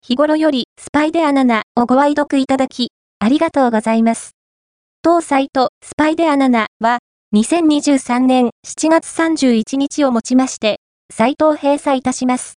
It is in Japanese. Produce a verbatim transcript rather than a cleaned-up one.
日頃よりスパイデアナナをご愛読いただき、ありがとうございます。当サイトスパイデアナナは、にせんにじゅうさんねんしちがつさんじゅういちにちをもちまして、サイトを閉鎖いたします。